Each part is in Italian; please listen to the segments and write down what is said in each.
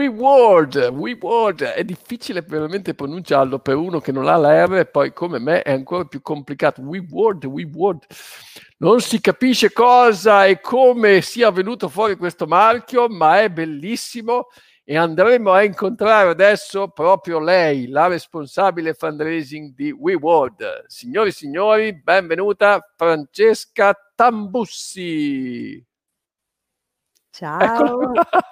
WeWorld, è difficile veramente pronunciarlo per uno che non ha la R, e poi come me è ancora più complicato. WeWorld, non si capisce cosa e come sia venuto fuori questo marchio, ma è bellissimo e andremo a incontrare adesso proprio lei, la responsabile fundraising di WeWorld. Signori e signori, benvenuta Francesca Tambussi. Ciao.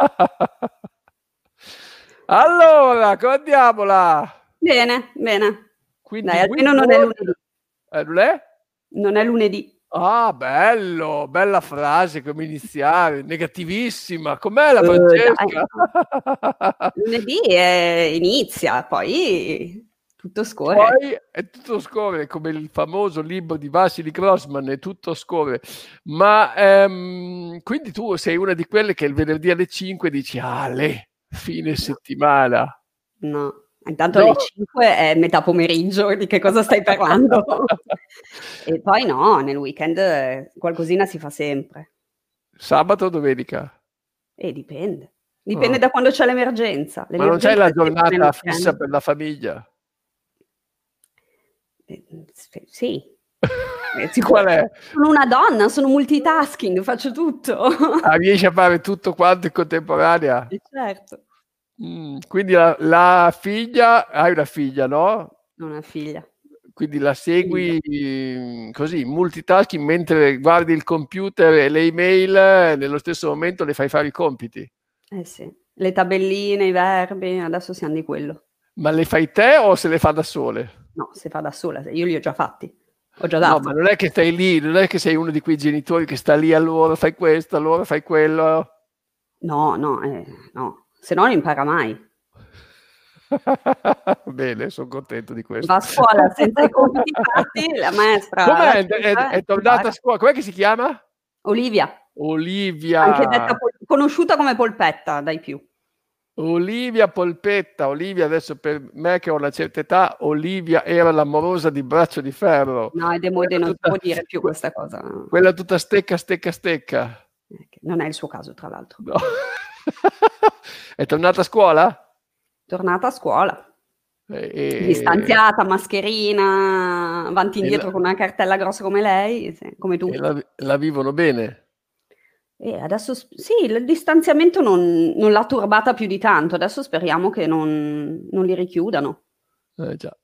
Allora, come andiamola? Bene. Quindi Dai, almeno non è lunedì. Non è? Non è lunedì. Ah, bello, bella frase, come iniziare, negativissima. Com'è la Francesca? Lunedì inizia, poi tutto scorre. Poi è tutto scorre, come il famoso libro di Vassili Grossman, è tutto scorre. Ma quindi tu sei una di quelle che il venerdì alle 5 dici, fine settimana. No, intanto alle 5 è metà pomeriggio, di che cosa stai parlando? E poi no, nel weekend qualcosina si fa sempre. Sabato o domenica? Dipende. Dipende da quando c'è l'emergenza. Ma non c'è la giornata fissa per la famiglia? Sì. Qual è? Sono una donna, sono multitasking, faccio tutto. Riesci a fare tutto quanto in contemporanea? Certo. Quindi la figlia, hai una figlia, no? Una figlia. Quindi la segui così, multitasking, mentre guardi il computer e le email, nello stesso momento le fai fare i compiti. Sì, le tabelline, i verbi, adesso siamo di quello. Ma le fai te o se le fa da sole? No, si fa da sola, io li ho già fatti. Ho già dato. No, ma non è che stai lì, non è che sei uno di quei genitori che sta lì, allora fai questo, allora fai quello. No, se no non impara mai. Bene, sono contento di questo. Va a scuola senza i compiti fatti, la maestra... Com'è? È tornata a scuola, com'è che si chiama? Olivia. Olivia. Anche detta conosciuta come Polpetta dai più. Olivia Polpetta. Olivia, adesso per me che ho una certa età, Olivia era l'amorosa di Braccio di Ferro. No, è demode, non si può dire più questa cosa. Quella tutta stecca. Non è il suo caso, tra l'altro. No. È tornata a scuola? Tornata a scuola. Distanziata, mascherina, avanti e indietro con una cartella grossa come lei, come tu. E la vivono bene? Adesso sì, il distanziamento non l'ha turbata più di tanto, adesso speriamo che non li richiudano. Già.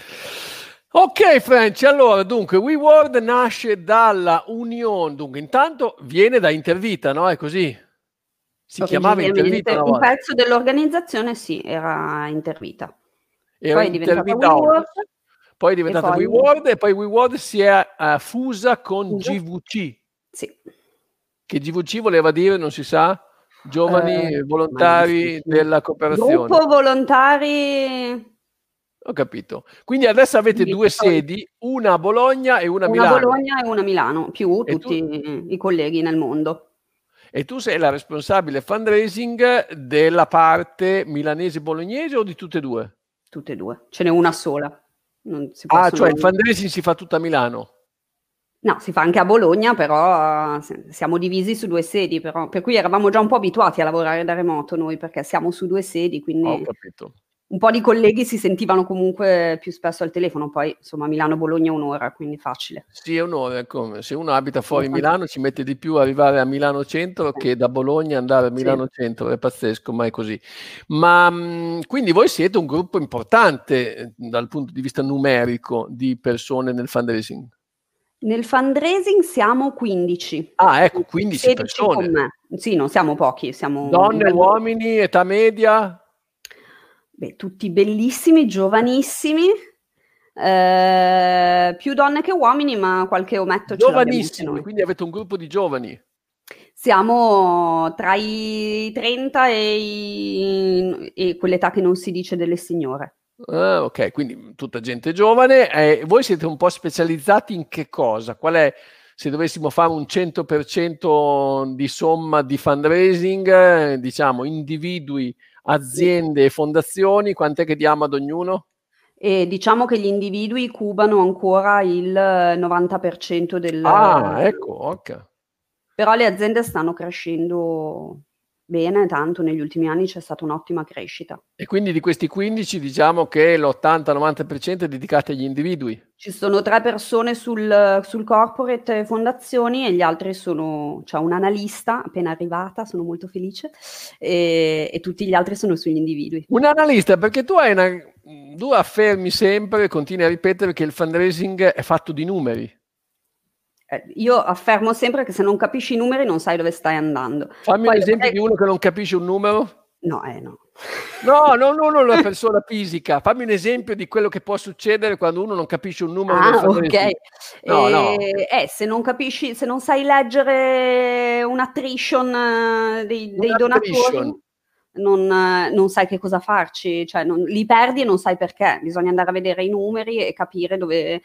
Ok Franci, allora dunque WeWorld nasce dalla unione, dunque intanto viene da Intervita, no? È così? Si chiamava Intervita una volta. Un pezzo dell'organizzazione sì, era Intervita. Era poi è diventata WeWorld. Poi è diventata WeWorld e poi WeWorld si è fusa con GVC. Sì. Che GVC voleva dire, non si sa? Giovani volontari della cooperazione. Gruppo volontari... Ho capito. Quindi adesso avete due sedi, una a Bologna e una a Milano. Una a Bologna e una a Milano, più tutti i colleghi nel mondo. E tu sei la responsabile fundraising della parte milanese-bolognese o di tutte e due? Tutte e due, ce n'è una sola. Non si cioè il fundraising si fa tutto a Milano? No, si fa anche a Bologna, però siamo divisi su due sedi, però, per cui eravamo già un po' abituati a lavorare da remoto noi, perché siamo su due sedi, quindi Ho capito. Un po' di colleghi si sentivano comunque più spesso al telefono, poi insomma Milano-Bologna è un'ora, quindi facile. Sì, è un'ora, come se uno abita fuori Milano ci mette di più arrivare a Milano Centro che da Bologna andare a Milano Centro, è pazzesco, ma è così. Ma quindi voi siete un gruppo importante dal punto di vista numerico di persone nel fundraising? Nel fundraising siamo 15. Ah, ecco, 15 persone. Con me. Sì, non siamo pochi. Siamo donne, uomini, età media? Beh, tutti bellissimi, giovanissimi, più donne che uomini, ma qualche ometto ce l'abbiamo anche noi. Quindi avete un gruppo di giovani? Siamo tra i 30 e quell'età che non si dice delle signore. Ah, ok, quindi tutta gente giovane. Voi siete un po' specializzati in che cosa? Qual è, se dovessimo fare un 100% di somma di fundraising, diciamo, individui, aziende e fondazioni, quant'è che diamo ad ognuno? E diciamo che gli individui cubano ancora il 90% del... Ah, ecco, ok. Però le aziende stanno crescendo bene, tanto negli ultimi anni c'è stata un'ottima crescita. E quindi di questi 15 diciamo che l'80-90% è dedicato agli individui. Ci sono 3 persone sul corporate fondazioni e gli altri c'è un analista appena arrivata, sono molto felice, e tutti gli altri sono sugli individui. Un analista, perché tu affermi sempre, continui a ripetere che il fundraising è fatto di numeri. Io affermo sempre che se non capisci i numeri non sai dove stai andando. Fammi Poi un esempio di uno che non capisce un numero. No. No, non una persona fisica. Fammi un esempio di quello che può succedere quando uno non capisce un numero del fundraising. Ok. Se non capisci, se non sai leggere un attrition dei donatori, non sai che cosa farci, cioè li perdi e non sai perché. Bisogna andare a vedere i numeri e capire dove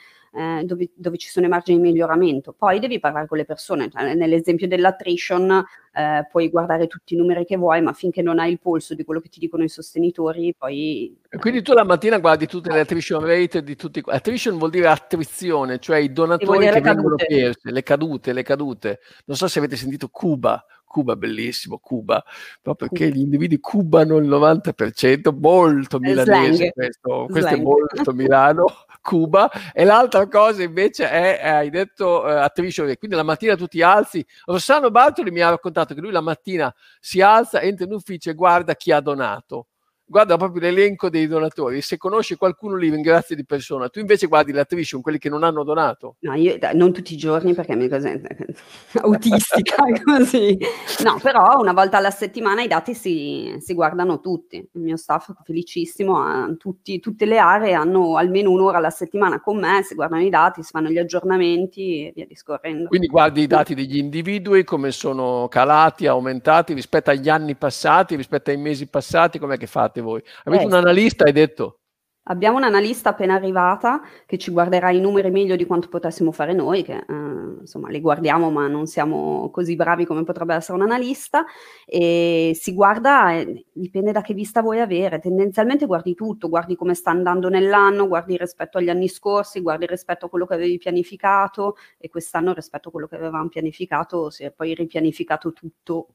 ci sono i margini di miglioramento. Poi devi parlare con le persone, cioè, nell'esempio dell'attrition puoi guardare tutti i numeri che vuoi, ma finché non hai il polso di quello che ti dicono i sostenitori, poi... Quindi tu la mattina guardi tutte le attrition rate di tutti. Attrition vuol dire attrizione, cioè i donatori che vengono persi, le cadute. Non so se avete sentito Cuba, bellissimo, Cuba, proprio perché gli individui cubano il 90%, molto milanese questo è molto Milano, Cuba. E l'altra cosa invece è, hai detto, attrition rate. Quindi la mattina tu ti alzi. Rossano Bartoli mi ha raccontato che lui la mattina si alza, entra in ufficio e guarda chi ha donato. Guarda proprio l'elenco dei donatori, se conosci qualcuno li ringrazia di persona. Tu invece guardi l'attrition, quelli che non hanno donato. No, io non tutti i giorni perché mi cos'è autistica così. No, però una volta alla settimana i dati si guardano tutti. Il mio staff è felicissimo, tutte le aree hanno almeno un'ora alla settimana con me, si guardano i dati, si fanno gli aggiornamenti e via discorrendo. Quindi guardi i dati degli individui, come sono calati, aumentati rispetto agli anni passati, rispetto ai mesi passati, com'è che fate voi? Avete un analista, hai detto? Abbiamo un'analista appena arrivata che ci guarderà i numeri meglio di quanto potessimo fare noi, che insomma li guardiamo ma non siamo così bravi come potrebbe essere un analista, e si guarda, dipende da che vista vuoi avere, tendenzialmente guardi tutto, guardi come sta andando nell'anno, guardi rispetto agli anni scorsi, guardi rispetto a quello che avevi pianificato, e quest'anno rispetto a quello che avevamo pianificato si è poi ripianificato tutto.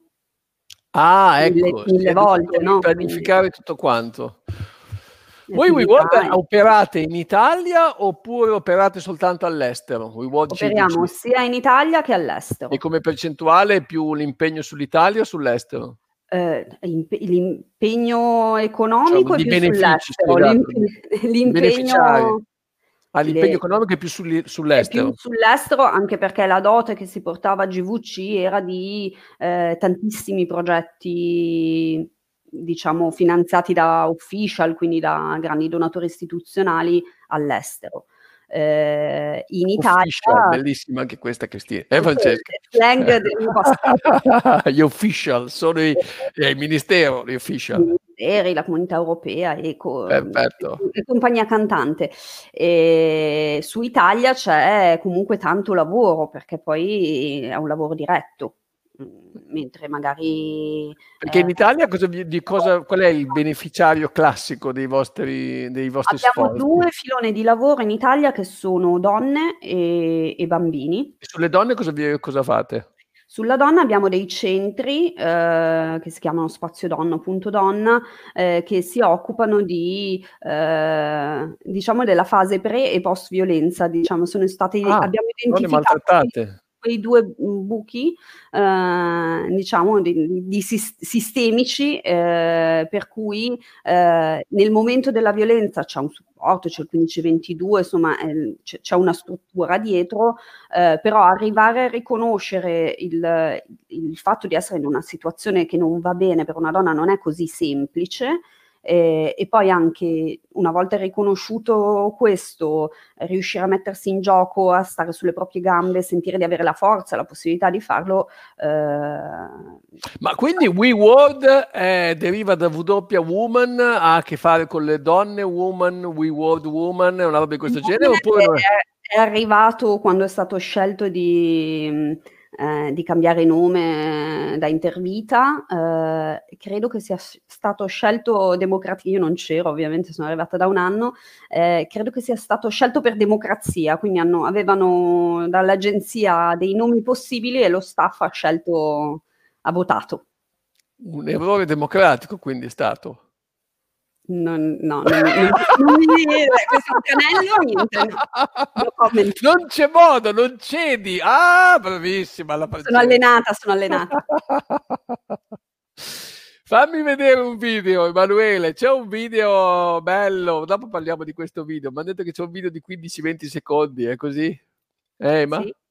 Ecco, mille volte, no? Pianificare tutto quanto. Voi WeWorld operate in Italia oppure operate soltanto all'estero? Operiamo sia in Italia che all'estero. E come percentuale più l'impegno sull'Italia o sull'estero? L'impegno economico è più sull'estero. L'impegno economico è più sull'estero. È più sull'estero, anche perché la dote che si portava a GVC era di tantissimi progetti, diciamo, finanziati da official, quindi da grandi donatori istituzionali all'estero. In Italia... Official, bellissima anche questa, Cristina. Francesca? Slang del passato. Gli official, sono il ministero, gli official. Ministeri, la comunità europea e compagnia cantante. E su Italia c'è comunque tanto lavoro, perché poi è un lavoro diretto. Mentre magari... Perché in Italia qual è il beneficiario classico dei vostri sforzi? Abbiamo 2 filoni di lavoro in Italia che sono donne e bambini. E sulle donne cosa fate? Sulla donna abbiamo dei centri che si chiamano Spazio Donna, Punto Donna, che si occupano di, diciamo, della fase pre e post violenza, diciamo, sono stati, abbiamo identificato quei 2 buchi, diciamo, sistemici, per cui nel momento della violenza c'è un supporto, c'è il 1522, insomma c'è una struttura dietro, però arrivare a riconoscere il fatto di essere in una situazione che non va bene per una donna non è così semplice. E poi anche una volta riconosciuto questo, riuscire a mettersi in gioco, a stare sulle proprie gambe, sentire di avere la forza, la possibilità di farlo. Ma quindi WeWorld deriva da W Woman, ha a che fare con le donne, Woman, WeWorld Woman, è una roba di questo genere? Oppure è arrivato quando è stato scelto di cambiare nome da Intervita, credo che sia stato scelto io non c'ero, ovviamente sono arrivata da un anno, credo che sia stato scelto per democrazia, quindi avevano dall'agenzia dei nomi possibili e lo staff ha votato. Un errore democratico, quindi è stato. Non mi viene questo canello, niente, no comment. Non c'è modo, non cedi. Ah, bravissima la Sono allenata. Fammi vedere un video, Emanuele. C'è un video bello. Dopo parliamo di questo video. Mi hanno detto che c'è un video di 15-20 secondi, è così? Ema? Sì.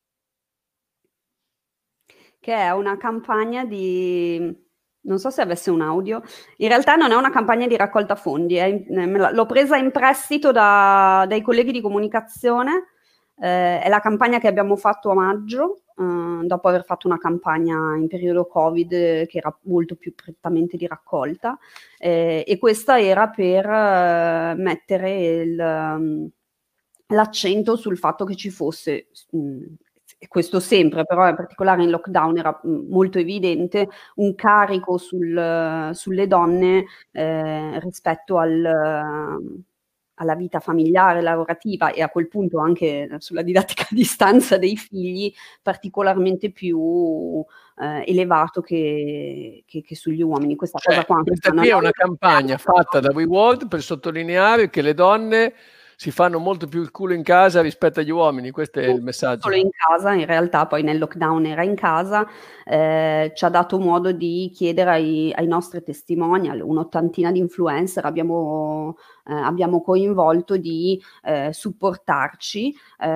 Che è una campagna di... Non so se avesse un audio. In realtà non è una campagna di raccolta fondi. L'ho presa in prestito dai colleghi di comunicazione. È la campagna che abbiamo fatto a maggio, dopo aver fatto una campagna in periodo Covid che era molto più prettamente di raccolta, e questa era per mettere l'accento sul fatto che ci fosse, e questo sempre, però in particolare in lockdown era molto evidente, un carico sulle donne rispetto alla vita familiare, lavorativa, e a quel punto anche sulla didattica a distanza dei figli, particolarmente più elevato che sugli uomini. Questa cosa qua qui è una campagna fatta da WeWorld per sottolineare che le donne si fanno molto più il culo in casa rispetto agli uomini, questo è il messaggio. Solo in casa, in realtà poi nel lockdown era in casa, ci ha dato modo di chiedere ai nostri testimonial, un'ottantina di influencer abbiamo coinvolto, di supportarci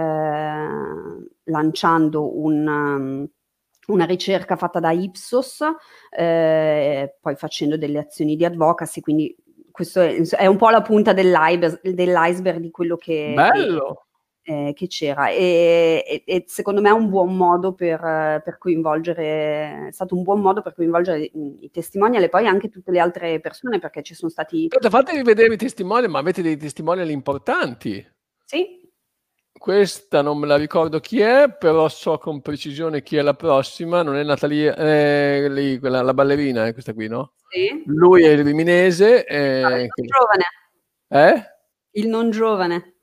lanciando una ricerca fatta da Ipsos, poi facendo delle azioni di advocacy, quindi questo è un po' la punta dell'iceberg di quello che c'era, e secondo me è un buon modo per coinvolgere, è stato un buon modo per coinvolgere i testimonial e poi anche tutte le altre persone, perché ci sono stati... Fatevi vedere i testimonial, ma avete dei testimonial importanti. Sì. Questa non me la ricordo chi è, però so con precisione chi è la prossima. Non è Natalia, lì, la ballerina, questa qui, no? Sì. Lui è il riminese. Il non giovane. Il non giovane.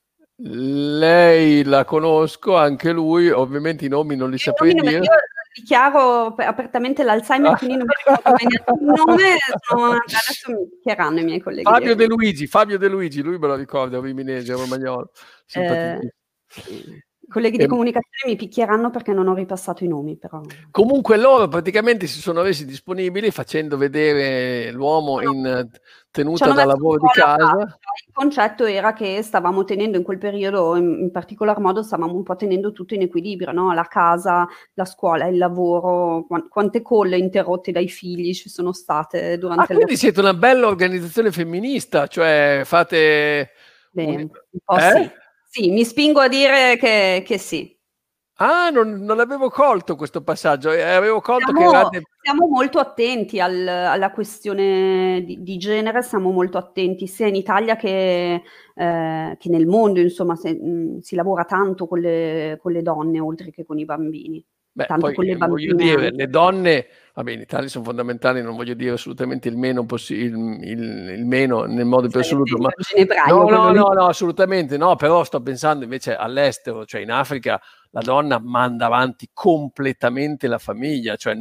Lei la conosco, anche lui, ovviamente i nomi non li saprei dire. Io dichiaro apertamente l'Alzheimer, quindi non mi ricordo neanche il nome, adesso mi dichiaranno i miei colleghi. Fabio De Luigi, lui me lo ricorda, è riminese, è romagnolo. I colleghi di comunicazione mi picchieranno perché non ho ripassato i nomi, però. Comunque loro praticamente si sono resi disponibili facendo vedere l'uomo in tenuta da lavoro di casa. Il concetto era che stavamo tenendo in quel periodo, in particolar modo, stavamo un po' tenendo tutto in equilibrio, no? La casa, la scuola, il lavoro, quante colle interrotte dai figli ci sono state durante quindi siete una bella organizzazione femminista, cioè fate... un po' sì. Sì, mi spingo a dire che sì. Ah, non avevo colto questo passaggio, avevo colto che siamo molto attenti alla questione di genere, siamo molto attenti sia in Italia che nel mondo, insomma, si lavora tanto con le donne oltre che con i bambini. Tanto poi, con le bambine. Voglio dire, le donne, vabbè, in Italia sono fondamentali, non voglio dire assolutamente il meno il meno nel modo più assoluto, ma no, assolutamente no, però sto pensando invece all'estero, cioè in Africa la donna manda avanti completamente la famiglia, cioè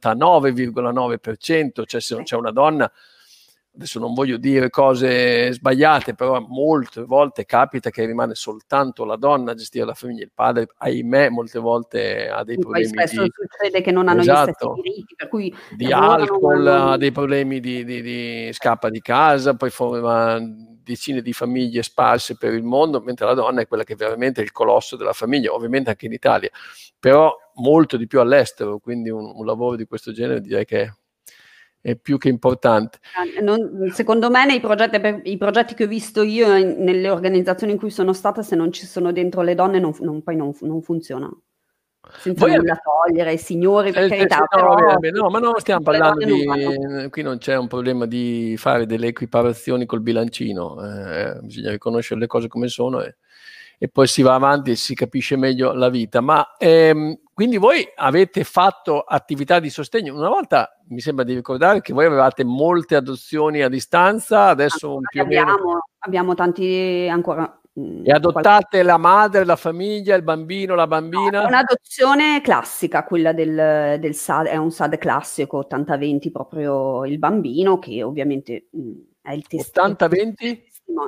99,9%, cioè se non c'è una donna, adesso non voglio dire cose sbagliate, però molte volte capita che rimane soltanto la donna a gestire la famiglia, il padre, ahimè, molte volte ha dei problemi spesso succede che non hanno gli stessi diritti, per cui di alcol, ha dei problemi di scappa di casa, poi forma decine di famiglie sparse per il mondo, mentre la donna è quella che veramente è il colosso della famiglia, ovviamente anche in Italia, però molto di più all'estero, quindi un lavoro di questo genere direi che è più che importante. Secondo me i progetti che ho visto io nelle organizzazioni in cui sono stata, se non ci sono dentro le donne poi non funzionano. Senza nulla togliere ai signori, per carità. No, ma non stiamo parlando qui non c'è un problema di fare delle equiparazioni col bilancino, bisogna riconoscere le cose come sono e poi si va avanti e si capisce meglio la vita. Ma quindi voi avete fatto attività di sostegno. Una volta mi sembra di ricordare che voi avevate molte adozioni a distanza, adesso più o meno... Abbiamo tanti, ancora E adottate la madre, la famiglia, il bambino, la No, bambina? è un'adozione classica, quella del SAD, è un SAD classico 80-20, proprio il bambino che ovviamente è il 80-20?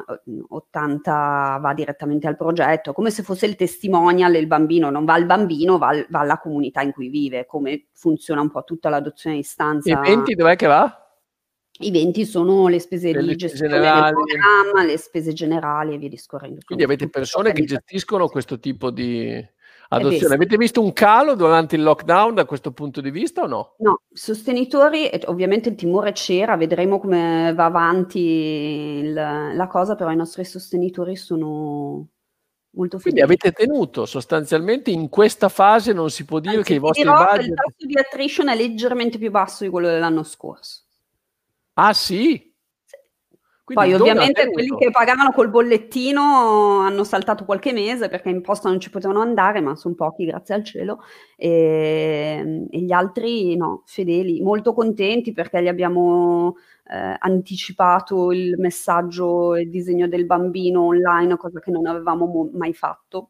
80 va direttamente al progetto, come se fosse il testimonial, il bambino non va al bambino, va alla comunità in cui vive, come funziona un po' tutta l'adozione a E distanza. 20 dov'è che va? I 20 sono le spese Per di le spese gestione del generali. programma, le spese generali e via discorrendo. Quindi avete Tutte persone che organizzazioni. gestiscono questo tipo di Eh beh, adozione. sì. Avete visto un calo durante il lockdown da questo punto di vista o no? No, sostenitori, ovviamente il timore c'era, vedremo come va avanti la cosa, però i nostri sostenitori sono molto Quindi fedeli. avete tenuto sostanzialmente in questa fase, non si può dire che Anzi, i ti vostri dirò che il budget... tasso di attrition è leggermente più basso di quello dell'anno scorso. Ah sì? Quindi Poi il dono ha ovviamente quelli tenuto. che pagavano col bollettino hanno saltato qualche mese perché in posta non ci potevano andare, ma son pochi, grazie al cielo, e gli altri no, fedeli, molto contenti perché gli abbiamo anticipato il messaggio e il disegno del bambino online, cosa che non avevamo mai fatto.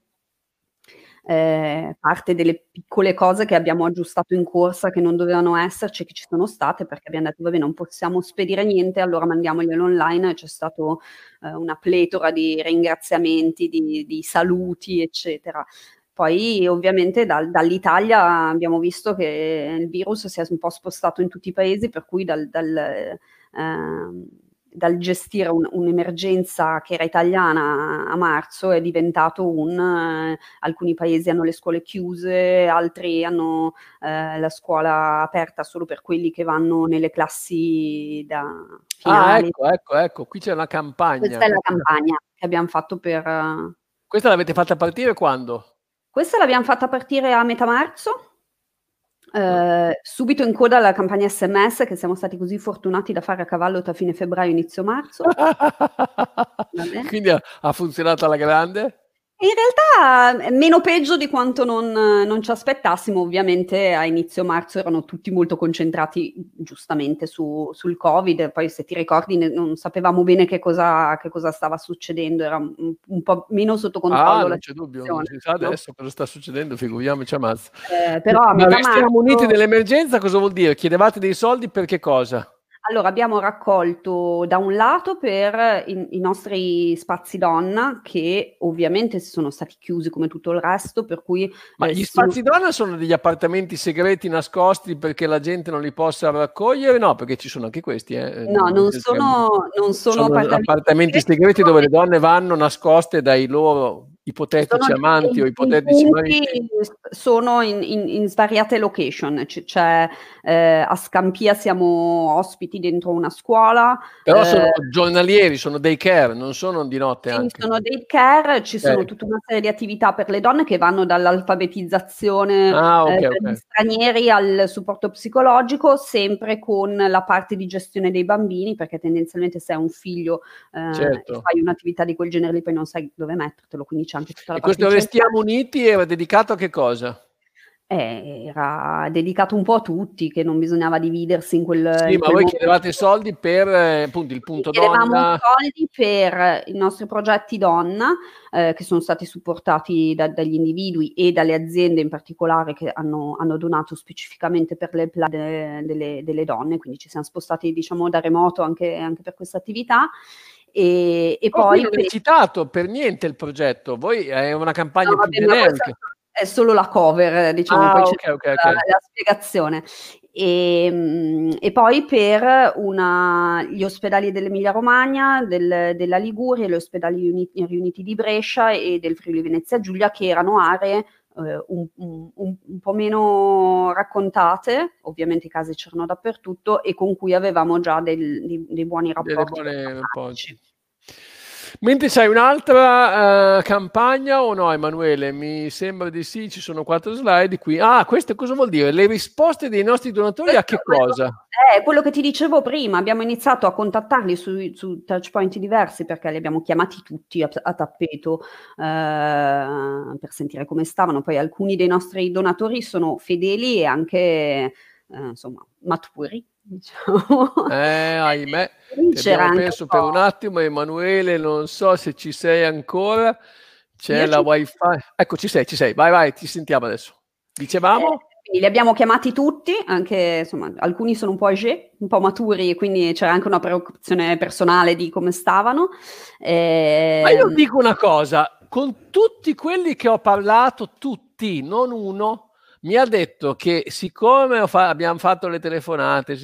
Parte delle piccole cose che abbiamo aggiustato in corsa, che non dovevano esserci, che ci sono state, perché abbiam detto: "Vabbè, non possiamo spedire niente, allora mandiamoglielo online", e c'è stato, una pletora di ringraziamenti, di saluti, eccetera. Poi ovviamente dall'Italia abbiamo visto che il virus si è un po' spostato in tutti i paesi, per cui dal gestire un'emergenza che era italiana a marzo è diventato alcuni paesi hanno le scuole chiuse, altri hanno la scuola aperta solo per quelli che vanno nelle classi da Ah, finali. ecco, qui c'è una campagna. Questa è la campagna che abbiam fatto per Questa l'avete fatta partire quando? questa l'abbiam fatta partire a metà marzo, Ah. subito in coda alla campagna SMS che siamo stati così fortunati da fare a cavallo tra fine febbraio e inizio marzo. Va bene. Quindi ha funzionato alla grande? In realtà, meno peggio di quanto non ci aspettassimo. Ovviamente a inizio marzo erano tutti molto concentrati, giustamente, sul Covid. Poi se ti ricordi non sapevamo bene che cosa stava succedendo, era un po' meno sotto Ah, controllo la non c'è dubbio, non situazione, si sa no? adesso cosa sta succedendo, figuriamoci a marzo. Però a Ma metà restiamo uniti marzo nell'emergenza cosa vuol dire? Chiedevate dei soldi per che cosa? allora, abbiamo raccolto da un lato per i nostri spazi donna, che ovviamente sono stati chiusi come tutto il resto, per cui Ma gli spazi donna sono degli appartamenti segreti nascosti perché la gente non li possa raccogliere? No, perché ci sono anche questi, no, nel senso che non sono sono appartamenti appartamenti segreti, segreti dove le donne vanno nascoste dai loro sono ipotetici amanti o dei ipotetici punti, mariti. sono in svariate location. C'è a Scampia siamo ospiti dentro una scuola, Però sono giornalieri, sono daycare, non sono di notte sì, anche. sono dei care, ci sono Okay. tutta una serie di attività per le donne che vanno dall'alfabetizzazione, Ah, okay, per gli okay. stranieri al supporto psicologico, sempre con la parte di gestione dei bambini, perché tendenzialmente se hai un figlio, e Certo. fai un'attività di quel genere lì, poi non sai dove mettertelo, quindi c'è anche tutta la E parte questo di Restiamo cerca. Uniti era dedicato a che cosa? Era dedicato un po' a tutti, che non bisognava dividersi Sì, in ma quel voi momento. chiedevate soldi per, appunto, il Quindi punto chiedevamo donna. soldi per i nostri progetti donna, che sono stati supportati dagli individui e dalle aziende in particolare che hanno donato specificamente per le delle donne, quindi ci siam spostati diciamo da remoto anche per questa attività. E Oh, qui poi non è citato per niente il progetto. Voi è una no campagna più vabbè, ma questa generica. è solo la cover, diciamo, poi Ah, c'è okay, tutta okay, okay. la spiegazione. E poi per gli ospedali dell'Emilia Romagna, della Liguria, gli ospedali riuniti di Brescia e del Friuli Venezia Giulia, che erano aree un po' meno raccontate, ovviamente i casi c'erano dappertutto, e con cui avevamo già dei buoni Delle rapporti buone programmatici. rapporti. Mentre c'hai un'altra, campagna o no Emanuele? Mi sembra di sì, ci sono 4 slide qui. Ah, questo cosa vuol dire? Le risposte dei nostri donatori a che cosa? Quello che ti dicevo prima, abbiamo iniziato a contattarli su touch point diversi perché li abbiamo chiamati tutti a tappeto, per sentire come stavano. Poi alcuni dei nostri donatori sono fedeli e anche, insomma maturi, diciamo. Ahimè, Lì ti c'era abbiamo anche un perso per un po'. attimo, Emanuele, non so se ci sei ancora, c'è Io la ci wifi. Ecco, ci sei, vai, vai, ti sentiamo adesso. Dicevamo? quindi li abbiamo chiamati tutti, anche insomma, alcuni sono un po' âgé, un po' maturi, quindi c'era anche una preoccupazione personale di come stavano. Ma io Ehm, dico una cosa, con tutti quelli che ho parlato, tutti, non uno, mi ha detto che siccome abbiamo fatto le telefonate,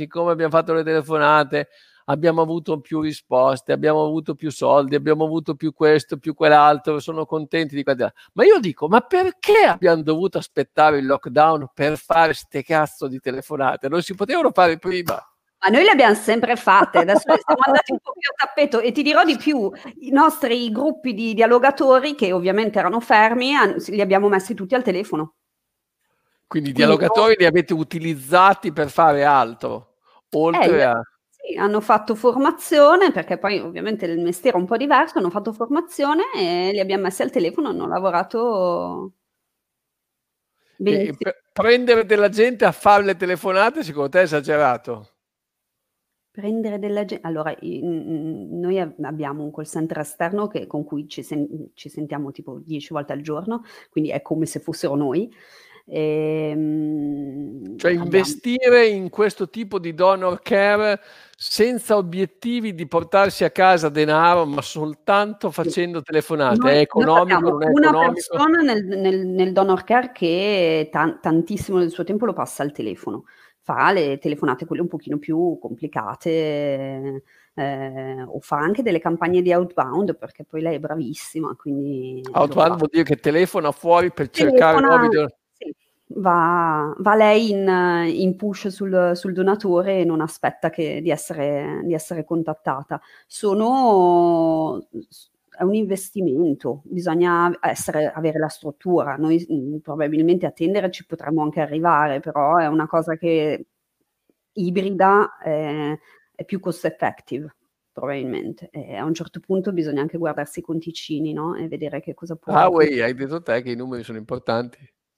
abbiamo avuto più risposte, abbiamo avuto più soldi, abbiamo avuto più questo, più quell'altro, sono contenti di qua. Ma io dico, ma perché abbiamo dovuto aspettare il lockdown per fare ste cazzo di telefonate? Non si potevano fare prima? Ma noi le abbiamo sempre fatte, adesso siamo andati un po' più a tappeto e ti dirò di più, i nostri gruppi di dialogatori, che ovviamente erano fermi, li abbiamo messi tutti al telefono. Quindi i Quindi dialogatori li avete utilizzati per fare altro, eh, oltre a... sì, hanno fatto formazione, perché poi ovviamente il mestiere è un po' diverso, hanno fatto formazione e li abbiamo messi al telefono, hanno lavorato benissimo. Prendere della gente a fare le telefonate, secondo te è esagerato? Prendere della gente. Allora, noi abbiamo un call center esterno con cui ci sentiamo tipo 10 volte al giorno, quindi è come se fossero noi. Cioè Abbiamo. investire in questo tipo di donor care senza obiettivi di portarsi a casa denaro, ma soltanto Sì. facendo telefonate. È Noi economico, abbiamo non è una economico? persona nel donor care che tantissimo del suo tempo lo passa al telefono. Fa le telefonate quelle un pochino più complicate, o fa anche delle campagne di outbound, perché poi lei è bravissima, quindi lo Outbound fa. vuol dire che telefona fuori per cercare Telefona, nuovi sì, va lei in push sul donatore e non aspetta di essere contattata. È un investimento, bisogna avere la struttura. Noi probabilmente a tendere ci potremmo anche arrivare, però è una cosa che ibrida è più cost effective, probabilmente. E a un certo punto bisogna anche guardarsi i conticini, no? E vedere che cosa può. Huawei, hai detto te che i numeri sono importanti.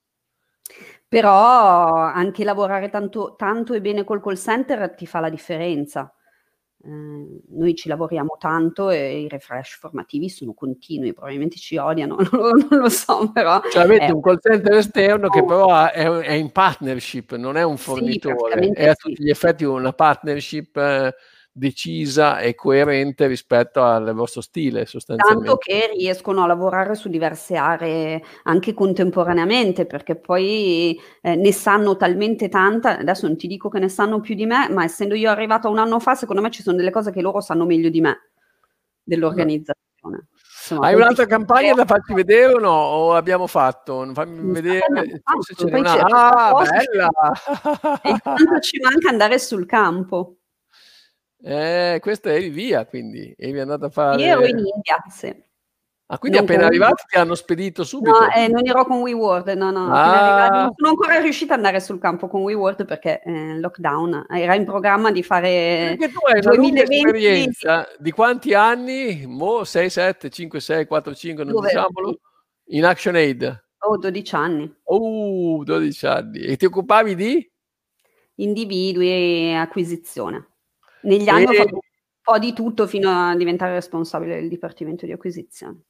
Però anche lavorare tanto, tanto e bene col call center ti fa la differenza. Noi ci lavoriamo tanto e i refresh formativi sono continui, probabilmente ci odiano, non lo so, però Cioè avete un call center esterno che no, però è in partnership, non è un sì, fornitore, è praticamente a sì. tutti gli effetti una partnership decisa e coerente rispetto al vostro stile Tanto sostanzialmente. che riescono a lavorare su diverse aree anche contemporaneamente, perché poi ne sanno talmente tanta, adesso non ti dico che ne sanno più di me, ma essendo io arrivata un anno fa, secondo me ci sono delle cose che loro sanno meglio di me, dell'organizzazione. Insomma, Hai oltre un'altra che campagna da farci vedere o no? O abbiamo fatto? Fammi mi sa che abbiamo vedere, forse ce fatto, n'è poi una. questa Ah, cosa bella! e intanto ci manca andare sul campo. Questa eri via, quindi eri andata a Io ero in fare... India, sì. Ah, quindi Non con appena WeWork. arrivati ti hanno spedito No, subito? non ero con WeWork, no, no, appena arrivati non Ah, sono ancora riuscita ad andare sul campo con WeWork perché, lockdown. Era in programma di fare perché tu hai una lunga 2020 esperienza di quanti anni? 6, 7, 5, 6, 4, 5, non dove diciamolo, in ActionAid. 12 anni. 12 anni. E ti occupavi di? Individui e acquisizione. Negli E anni ho fatto un po' di tutto fino a diventare responsabile del dipartimento di acquisizione.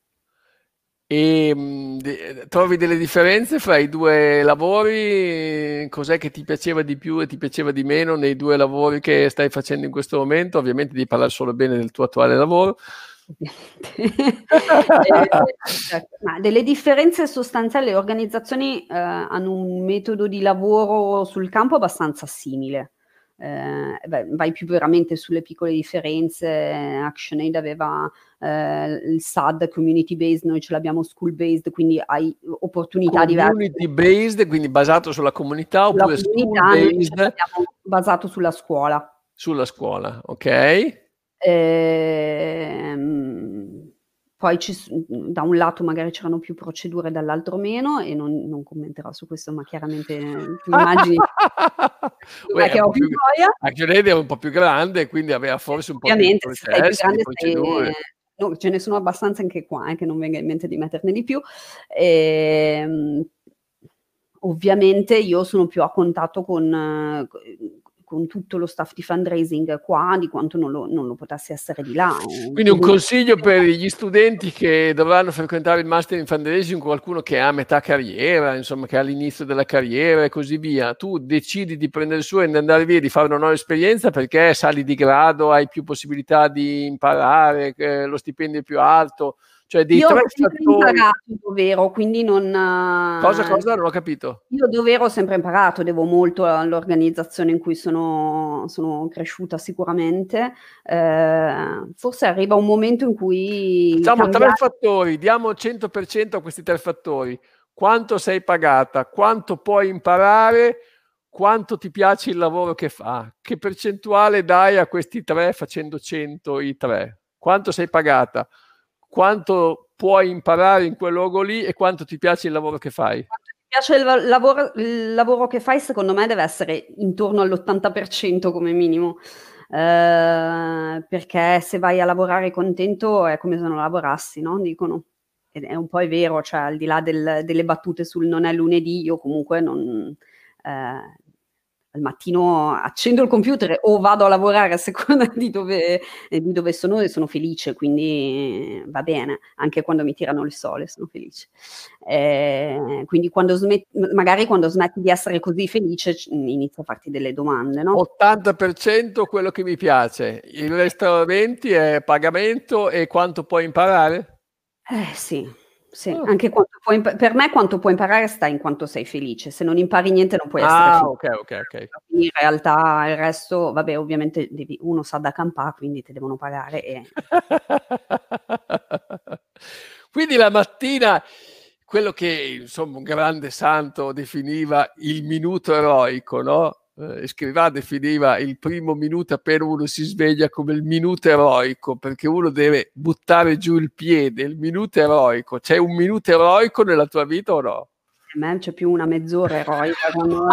Trovi delle differenze fra i due lavori? Cos'è che ti piaceva di più e ti piaceva di meno nei due lavori che stai facendo in questo momento? Ovviamente devi parlare solo bene del tuo attuale lavoro. Ovviamente. Certo. Ma delle differenze sostanziali, le organizzazioni hanno un metodo di lavoro sul campo abbastanza simile. Vai più veramente sulle piccole differenze. ActionAid aveva il SAD, community based, noi ce l'abbiamo school based, quindi hai opportunità diverse Community based, quindi basato sulla comunità, sulla oppure school comunità, noi ce based l'abbiamo basato sulla scuola. sulla scuola, ok? Poi da un lato magari c'erano più procedure, dall'altro meno, e non commenterò su questo, ma chiaramente tu immagini Beh, com'è che ho più gioia. ActionAid è un po' più grande, quindi aveva forse un po' più di Ovviamente se sei più processi, di grande procedure. no, ce ne sono abbastanza anche qua, che non venga in mente di metterne di più. Ehm, Ovviamente io sono più a contatto con con tutto lo staff di fundraising qua di quanto non lo potessi essere di là. Quindi un consiglio per gli studenti che dovranno frequentare il master in fundraising, qualcuno che è a metà carriera, insomma che è all'inizio della carriera e così via, tu decidi di prendere su e di andare via, di fare una nuova esperienza perché sali di grado, hai più possibilità di imparare, lo stipendio è più alto, cioè dei Io ho tre sempre fattori. imparato dovero, quindi non... Cosa? Non ho capito. Io dovero ho sempre imparato, devo molto all'organizzazione in cui sono cresciuta sicuramente. Forse arriva un momento in cui Facciamo tre cambiare... fattori, diamo 100% a questi tre fattori. Quanto sei pagata, quanto puoi imparare, quanto ti piace il lavoro che fa. Che percentuale dai a questi tre facendo 100 i tre? Quanto sei pagata, quanto puoi imparare in quel luogo lì e quanto ti piace il lavoro che fai. Piace il lavoro che fai, secondo me deve essere intorno all'80% come minimo, perché se vai a lavorare contento è come se non lavorassi, no? Dicono. Ed è un po' è vero, cioè al di là delle battute sul non è lunedì, io comunque non... al mattino accendo il computer o vado a lavorare a seconda di dove sono e sono felice, quindi va bene, anche quando mi tirano le sole sono felice. Quindi magari quando smetti di essere così felice inizio a farti delle domande, no? 80% quello che mi piace, il resto 20 è pagamento e quanto puoi imparare? Sì. Sì, anche per me quanto puoi imparare sta in quanto sei felice, se non impari niente non puoi essere felice. Ok. In realtà il resto, vabbè, ovviamente uno sa da campà, quindi ti devono pagare. Quindi la mattina, quello che insomma un grande santo definiva il minuto eroico, no? Scrivà definiva il primo minuto appena uno si sveglia come il minuto eroico, perché uno deve buttare giù il piede, il minuto eroico. C'è un minuto eroico nella tua vita o no? A me c'è più una mezz'ora eroica.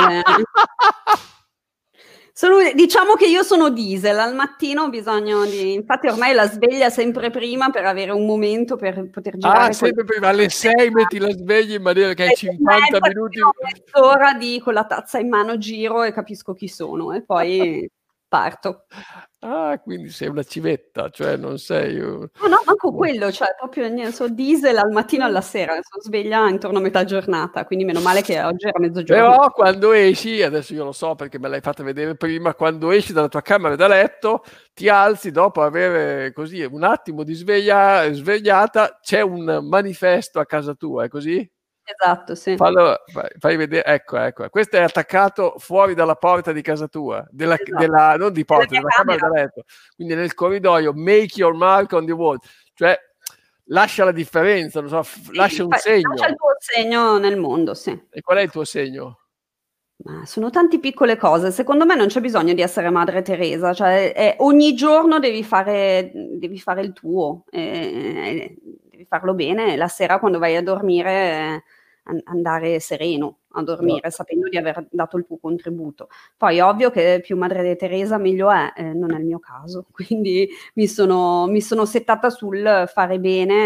Diciamo che io sono diesel, al mattino ho bisogno di... Infatti ormai la sveglia sempre prima per avere un momento per poter girare. Sempre prima, alle 6 metti la sveglia in maniera che hai 50 minuti. Mezz'ora con la tazza in mano giro e capisco chi sono e poi parto. Quindi sei una civetta, cioè non sei... No, manco quello, cioè proprio diesel al mattino alla sera, sono sveglia intorno a metà giornata, quindi meno male che oggi era mezzogiorno. Però quando esci, adesso io lo so perché me l'hai fatta vedere prima, quando esci dalla tua camera da letto, ti alzi dopo aver così un attimo di svegliata, c'è un manifesto a casa tua, è così? Esatto, sì. Fai vedere, ecco. Questo è attaccato fuori dalla porta di casa tua, non di porta, della camera da letto. Quindi nel corridoio, make your mark on the wall, cioè lascia la differenza, non so, lascia un segno. Lascia il tuo segno nel mondo, sì. E qual è il tuo segno? Sono tante piccole cose, secondo me non c'è bisogno di essere Madre Teresa, cioè ogni giorno devi fare il tuo, devi farlo bene, la sera quando vai a dormire andare sereno a dormire, sapendo di aver dato il tuo contributo. Poi ovvio che più Madre Teresa meglio è, non è il mio caso, quindi mi sono settata sul fare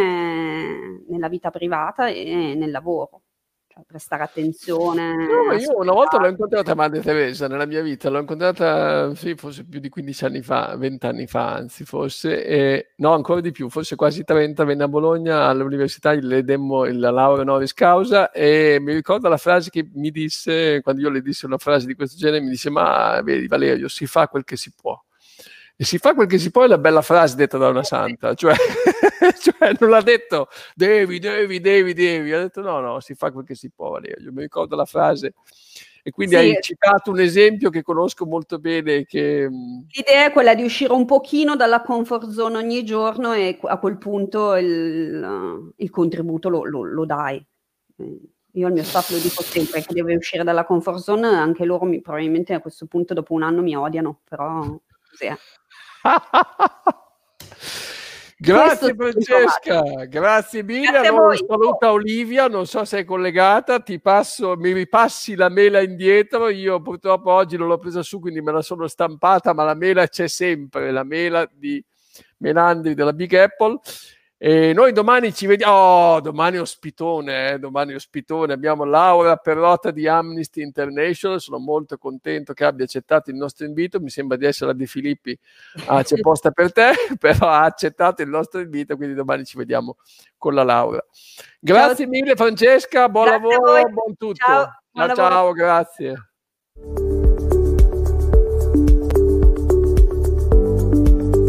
bene nella vita privata e nel lavoro. Prestare attenzione. No, io una volta l'ho incontrata Madre Teresa nella mia vita, l'ho incontrata sì, forse più di 15 anni fa, 20 anni fa anzi forse, no ancora di più, forse quasi 30, venne a Bologna all'università, le demmo la laurea honoris causa e mi ricordo la frase che mi disse, quando io le dissi una frase di questo genere, mi disse ma vedi Valerio, si fa quel che si può. E si fa quel che si può è la bella frase detta da una santa, cioè non l'ha detto devi, ha detto no, si fa quel che si può, Valerio. Io mi ricordo la frase e quindi hai citato un esempio che conosco molto bene. L'idea è quella di uscire un pochino dalla comfort zone ogni giorno e a quel punto il contributo lo dai. Io al mio staff lo dico sempre che deve uscire dalla comfort zone, anche loro probabilmente a questo punto dopo un anno mi odiano, però così è. Grazie Francesca, grazie mille. Allora saluta Olivia, non so se è collegata, mi ripassi la mela indietro, io purtroppo oggi non l'ho presa su quindi me la sono stampata, ma la mela c'è sempre, la mela di Melandri della Big Apple. E noi domani ci vediamo, domani ospitone, abbiamo Laura Perrotta di Amnesty International, sono molto contento che abbia accettato il nostro invito, mi sembra di essere la De Filippi, c'è posta per te, però ha accettato il nostro invito, quindi domani ci vediamo con la Laura. Grazie mille Francesca, buon lavoro, buon tutto. Ciao, buon lavoro. Grazie.